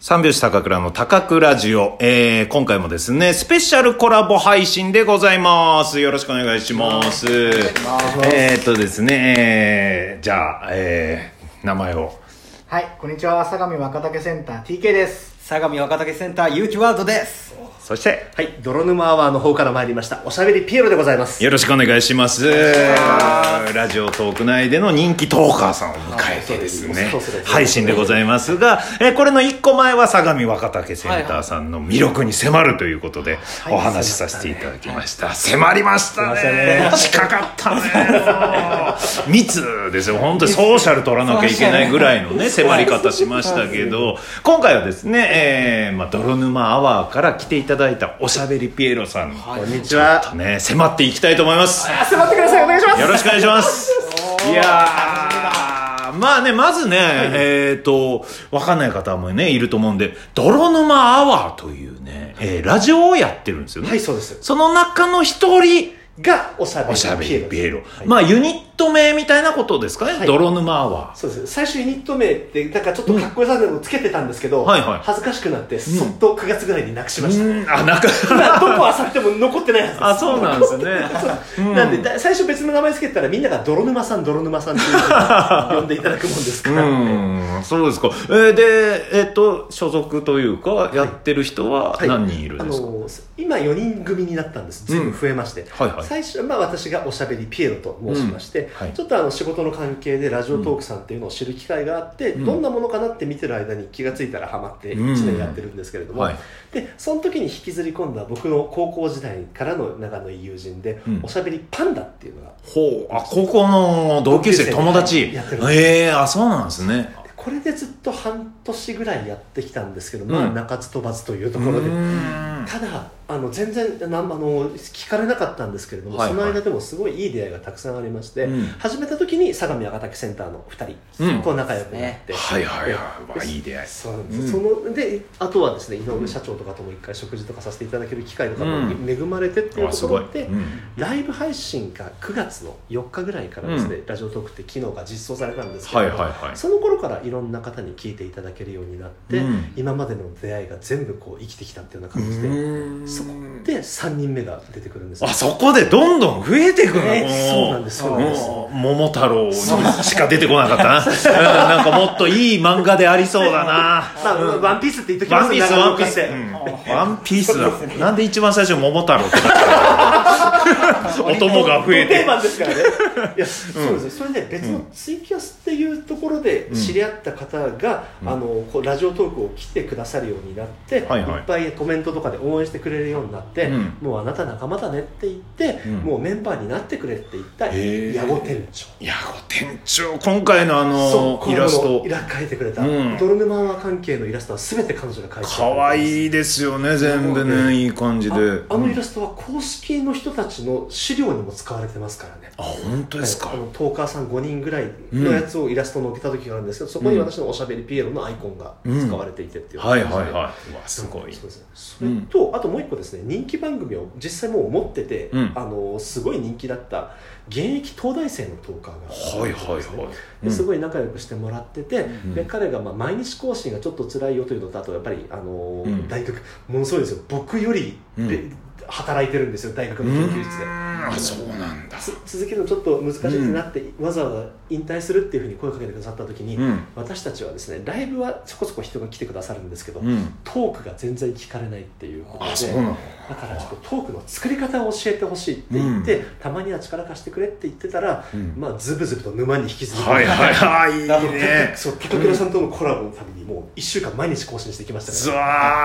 三拍子高倉の高倉ジオ、今回もですねスペシャルコラボ配信でございます。よろしくお願いします。ですね、じゃあ、名前を。 はい、こんにちは。相模若竹センター TK です。 相模若竹センター有機ワールドです。 そしてはい、泥沼アワーの方から参りましたおしゃべりピエロでございます。 よろしくお願いします。ラジオトーク内での人気トーカーさんを迎えてですね配信でございますが、これの1個前は相模若竹センターさんの魅力に迫るということでお話しさせていただきました。迫りましたね。近かったね。密ですよ。本当にソーシャル取らなきゃいけないぐらいのね迫り方しましたけど、今回はですね、泥沼アワーから来ていただいたおしゃべりピエロさん、 こんにちは。 ちょっとね迫っていきたいと思います。 迫ってください。お願いします。 よろしくお願いします。いやー、まあね、まずね、わかんない方もねいると思うんで、泥沼アワーというね、ラジオをやってるんですよね。 はい、そうです。 その中の一人がおしゃべりピエロ。 まあユニット名みたいなことですかね、はい、泥沼アワー。 そうです。最初ユニット名ってなんかちょっとかっこよさでもつけてたんですけど、はいはい、恥ずかしくなってそっと9月ぐらいになくしました。 あ、なんか今どこ漁っても残ってないはずです。 あ、そうなんですね。 なんで最初別の名前つけたらみんなが泥沼さんっていう呼んでいただくもんですから。 そうですか。で所属というかやってる人は何人いるんですか。 今4人組になったんです。随分増えまして、はいはい、最初は私がおしゃべりピエロと申しまして、はい、ちょっと仕事の関係でラジオトークさんっていうのを知る機会があって、どんなものかなって見てる間に気がついたらハマって1年やってるんですけれども、はい、でその時に引きずり込んだ僕の高校時代からの仲のいい友人で、おしゃべりパンダっていうのが、 高校の同級生友達やってるんです。 あ、そうなんですね。 これでずっと半年ぐらいやってきたんですけど、鳴かず飛ばずというところで、ただ全然聞かれなかったんですけれども、はいはい、その間でもすごいいい出会いがたくさんありまして、始めた時に相模若竹センターの2人と仲良くなって、 はいはいはい、いい出会い。 そうなんです。であとはですね、井上社長とかとも一回食事とかさせていただける機会とかも恵まれてっていうところで、ライブ配信が9月の4日ぐらいからですね、ラジオトークって機能が実装されたんですけど、その頃からいろんな方に聞いていただけるようになって、今までの出会いが全部こう生きてきたっていうような感じで、そこで3人目が出てくるんです。 あ、そこでどんどん増えていくの。 そうなんです。 桃太郎にしか出てこなかったな。なんかもっといい漫画でありそうだな。 ワンピースって言っときます。 ワンピースだ。なんで一番最初桃太郎ってなったお供が増えて。 定番ですからね。いや、そうです。それで別のツイキャスっていうところで知り合った方がラジオトークを来てくださるようになって、いっぱいコメントとかで応援してくれるようになって、もうあなた仲間だねって言って、もうメンバーになってくれって言った矢後店長。 今回のイラスト描いてくれた泥沼アワー関係のイラストは全て彼女が描いてくれた。 可愛いですよね、全部ね、いい感じで。 イラストは公式の人たちの資料にも使われてますからね。 あ、本当ですか。 トーカーさん5人ぐらいのやつをイラストを載っけた時があるんですけど、そこに私のおしゃべりピエロのアイコンが使われていてっていう感じで、 すごい。 それとあともう一個ですね、人気番組を実際もう持ってて、すごい人気だった現役東大生のトーカーがすごい仲良くしてもらってて、で彼が毎日更新がちょっと辛いよというのと、あとやっぱり大学ものすごいですよ、僕より働いてるんですよ、大学の研究室で。 あ、そうなんだ。 続けるのちょっと難しいってなって、わざわざ引退するっていうふうに声をかけてくださった時に、私たちはですね、ライブはそこそこ人が来てくださるんですけど、トークが全然聞かれないっていうことで、だからちょっとトークの作り方を教えてほしいって言って、たまには力貸してくれって言ってたら、ズブズブと沼に引きずり込んで、いいね。そう、高倉さんとのコラボのためにもう1週間毎日更新してきましたから。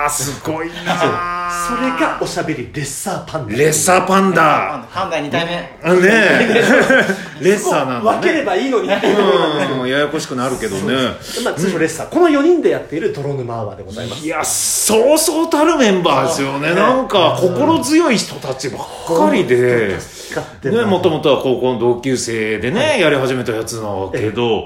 うわー、すごいな。 それがおしゃべりレッサーパンダ。 レッサーパンダ。 パンダ2体目。 レッサーなんだね。 分ければいいのにっていうところなんですけど、 ややこしくなるけどね。 通称レッサー。この4人でやっている泥沼アワーでございます。 いや、そうそうたるメンバーですよね。なんか心強い人たちばっかりで、もともとは高校の同級生でね、やり始めたやつなんだけど、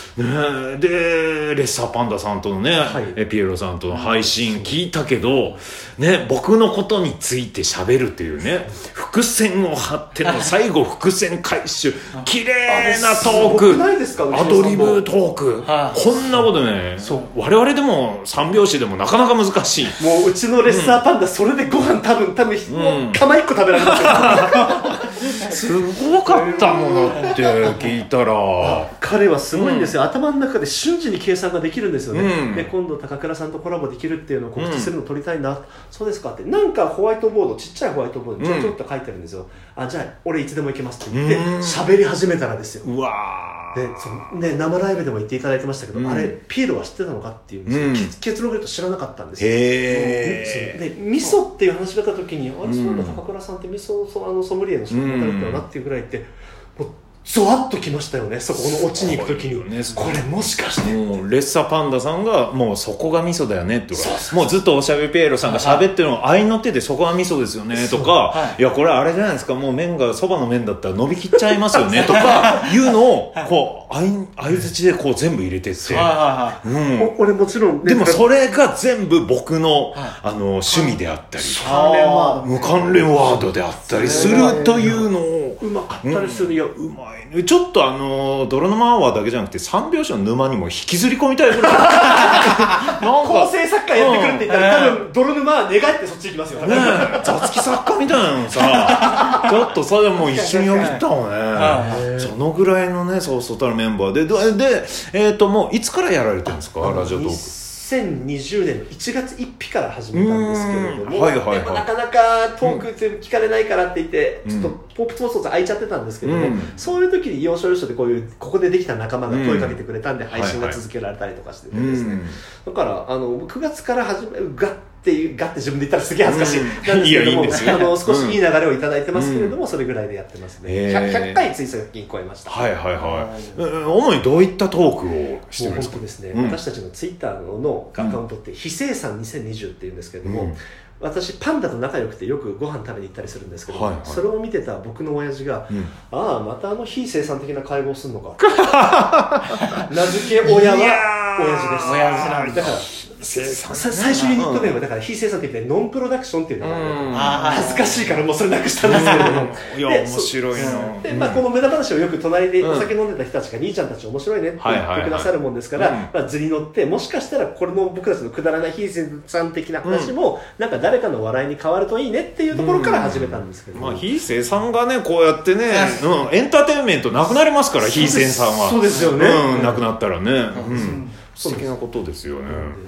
でレッサーパンダさんとのね、ピエロさんとの配信聞いたけど、ね、僕のことについて喋るっていうね、伏線を張っての最後伏線回収、綺麗なトーク、アドリブトーク、こんなことね、我々でも三拍子でもなかなか難しい。 もううちのレッサーパンダそれでご飯多分もう釜1個食べられますよ。 すごかったものって聞いたら彼はすごいんですよ、頭の中で瞬時に計算ができるんですよね、で今度高倉さんとコラボできるっていうのを告知するのを撮りたいな、そうですかって、なんかホワイトボード、ちっちゃいホワイトボードにちょっと書いてるんですよ、じゃあ俺いつでも行けますって言って喋り始めたらですよ。 うわで生ライブでも言っていただいてましたけど、あれピエロは知ってたのかっていうんですよ、結論を言うと知らなかったんですよ。で味噌っていう話が出た時に、あれそうだ高倉さんって味噌ソムリエの仕事だったよなっていうぐらいって、もうゾワッときましたよね、そこの落ちに行く時に、これもしかしてもうレッサーパンダさんがもうそこが味噌だよねってもうずっとおしゃべりピエロさんが喋ってるのを合いの手でそこが味噌ですよねとか、いやこれあれじゃないですか、もう麺がそばの麺だったら伸びきっちゃいますよねとかいうのをこう相づちでこう全部入れてって、 俺もちろんでもそれが全部僕の趣味であったり関連ワードであったりするというのをうまかったですよね。いやうまいね。ちょっと泥沼アワーだけじゃなくて三拍子の沼にも引きずり込みたいぐらいなんか構成作家やってくるって言ったら、多分泥沼は願ってそっち行きますよね。 雑記作家みたいなのさちょっとさでも一緒に呼びたもんねそのぐらいのねそうそうたるメンバーでもういつからやられてるんですかラジオトーク。 2020年の1月1日から始めたんですけれども、でもなかなかトークって聞かれないからって言って、ちょっとポップ放送空いちゃってたんですけども、そういう時に要所要所でここでできた仲間が声かけてくれたんで配信が続けられたりとかしててですね、だから9月から始めるガッて自分で言ったらすげえ恥ずかしいなんですけども、少しいい流れをいただいてますけれども、それぐらいでやってますね。100回つい最近超えました。 主にどういったトークをしてるんですか。 本当ですね、私たちのツイッターのアカウントって非生産2020っていうんですけれども、私パンダと仲良くてよくご飯食べに行ったりするんですけど、それを見てた僕の親父が、また非生産的な会話をするのか名付け親は親父です。 親父なんだから最初にニックネームだから非生産的でノンプロダクションっていうのが恥ずかしいからもうそれなくしたんですけれども、 いや面白いな。 でこの無駄話をよく隣でお酒飲んでた人たちが兄ちゃんたち面白いねって言ってくださるもんですから、図に乗ってもしかしたらこれの僕たちのくだらない非生産的な話もなんか誰かの笑いに変わるといいねっていうところから始めたんですけど、 非生産がねこうやってねエンターテインメントなくなりますから、非生産はそうですよね、 なくなったらね素敵なことですよね。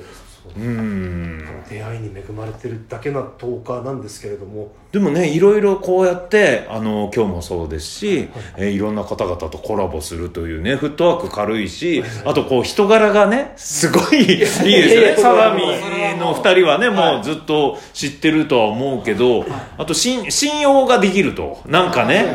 出会いに恵まれてるだけなトーカーなんですけれども、 でもねいろいろこうやって今日もそうですし、いろんな方々とコラボするというねフットワーク軽いし、あとこう人柄がねすごいいいですよね。相模の2人はねもうずっと知ってるとは思うけど、あと信用ができるとなんかね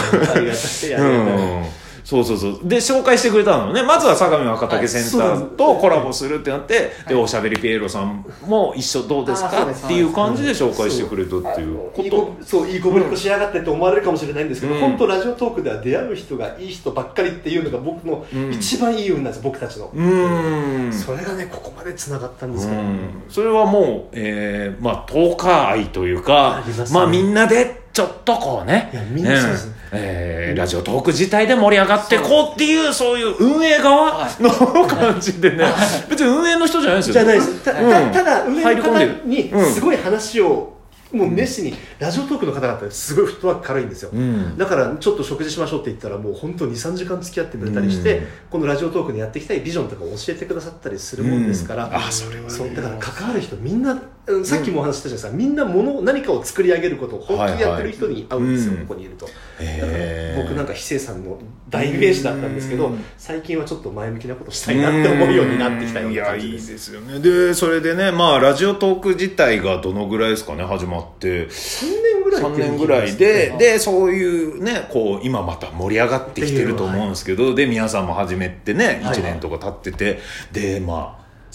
そうで紹介してくれたのね。まずは相模若竹センターとコラボするってなって、でおしゃべりピエロさんも一緒どうですかっていう感じで紹介してくれたっていうこと。 いい子ぶりっこしやがってって思われるかもしれないんですけど、本当ラジオトークでは出会う人がいい人ばっかりっていうのが僕の一番いい運なんです、僕たちの。それがねここまでつながったんですけど、 それはもうトーカー愛というか、みんなでちょっとこうね、ラジオトーク自体で盛り上がってこうっていう、そういう運営側の感じでね、別に運営の人じゃないですよ。 じゃないです。ただ運営の方にすごい話をもう熱心に、ラジオトークの方々すごいフットワーク軽いんですよ、だからちょっと食事しましょうって言ったらもう本当に 2,3 時間付き合ってくれたりして、このラジオトークでやっていきたいビジョンとかを教えてくださったりするもんですから、そうだから関わる人みんな、さっきもお話ししたじゃないですか、みんな何かを作り上げることを本気でやってる人に会うんですよ、ここにいると。だから僕なんか非生産の代名詞だったんですけど、最近はちょっと前向きなことしたいなって思うようになってきたような感じです。 いやいいですよね。でそれでねラジオトーク自体がどのぐらいですかね始まって 3年ぐらいでそういうねこう今また盛り上がってきてると思うんですけど、で皆さんも始めてね1年とか経ってて、で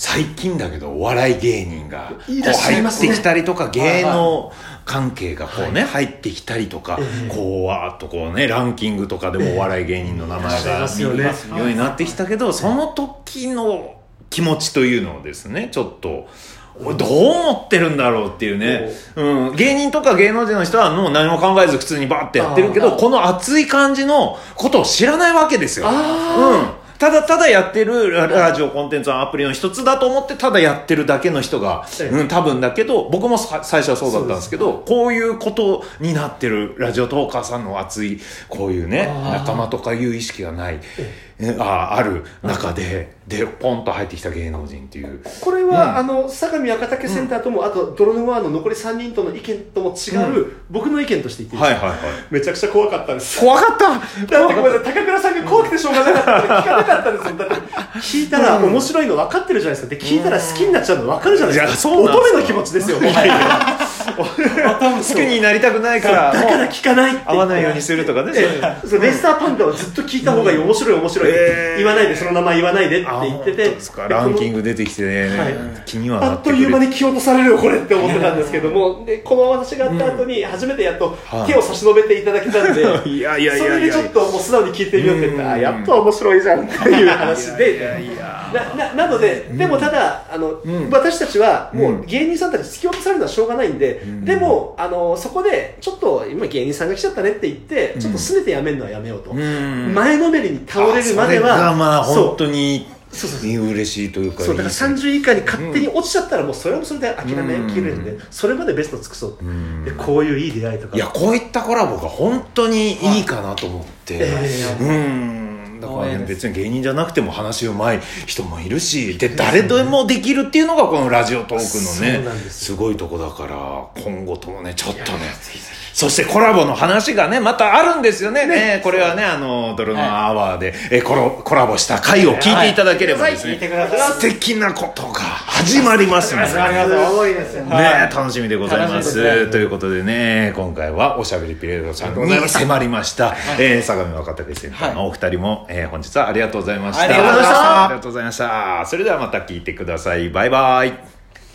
最近だけどお笑い芸人がこういらっしゃい入ますねってきたりとか、芸能関係がこうね、入ってきたりとか、こうわーっとこうねランキングとかでもお笑い芸人の名前が見るようになってきたけど、その時の気持ちというのをですね、ちょっとどう思ってるんだろうっていうね、芸人とか芸能人の人はもう何も考えず普通にバーってやってるけど、この熱い感じのことを知らないわけですよ。ただただやってるラジオコンテンツのアプリの一つだと思ってただやってるだけの人が、多分だけど、僕も最初はそうだったんですけど、こういうことになってるラジオトーカーさんの熱いこういうね仲間とかいう意識がないある中でポンと入ってきた芸能人っていう、 これは、相模若竹センターとも、あとドロヌワーの残り3人との意見とも違う、僕の意見として言っていいですか。めちゃくちゃ怖かったです。 怖かった。 だってごめんなさい、高倉さんが怖くてしょうがなかったんで聞かなかったんですよ。だって聞いたら面白いの分かってるじゃないですか。で聞いたら好きになっちゃうの分かるじゃないですか。乙女の気持ちですよ。好きになりたくないからだから聞かないって合わないようにするとかね。 レッサーパンダはずっと聞いた方がいい、面白い面白い、言わないで、その名前言わないでって言ってて、 ランキング出てきてね、気にはなってくる。 あっという間に蹴落とされるよこれって思ってたんですけども、でこの私があった後に初めてやっと手を差し伸べていただけたんで、それでちょっともう素直に聞いてみようって言ったら、やっと面白いじゃんっていう話で、なので、でもただ私たちはもう芸人さんたち突き落とされるのはしょうがないんで、でもそこでちょっと今芸人さんが来ちゃったねって言ってちょっとすねてやめるのはやめようと、前のめりに倒れるまでは、 それがまあ本当に嬉しいというか、 そうだから30位以下に勝手に落ちちゃったらもうそれもそれで諦めきれるんで、それまでベスト尽くそう、でこういういい出会いとか、 いやこういったコラボが本当にいいかなと思って、だからね、別に芸人じゃなくても話うまい人もいるし、で誰でもできるっていうのがこのラジオトークのねすごいとこだから、今後ともねちょっとね、そしてコラボの話がねまたあるんですよね。これはねドロノアワーでコラボした回を聞いていただければですね、素敵なことが始まりますので、 すごいですよね。 楽しみでございます。ということでね、今回はおしゃべりピレードさんに迫りました。相模若竹センターのお二人も本日はありがとうございました。 ありがとうございました。 ありがとうございました。それではまた聞いてください。バイバイ。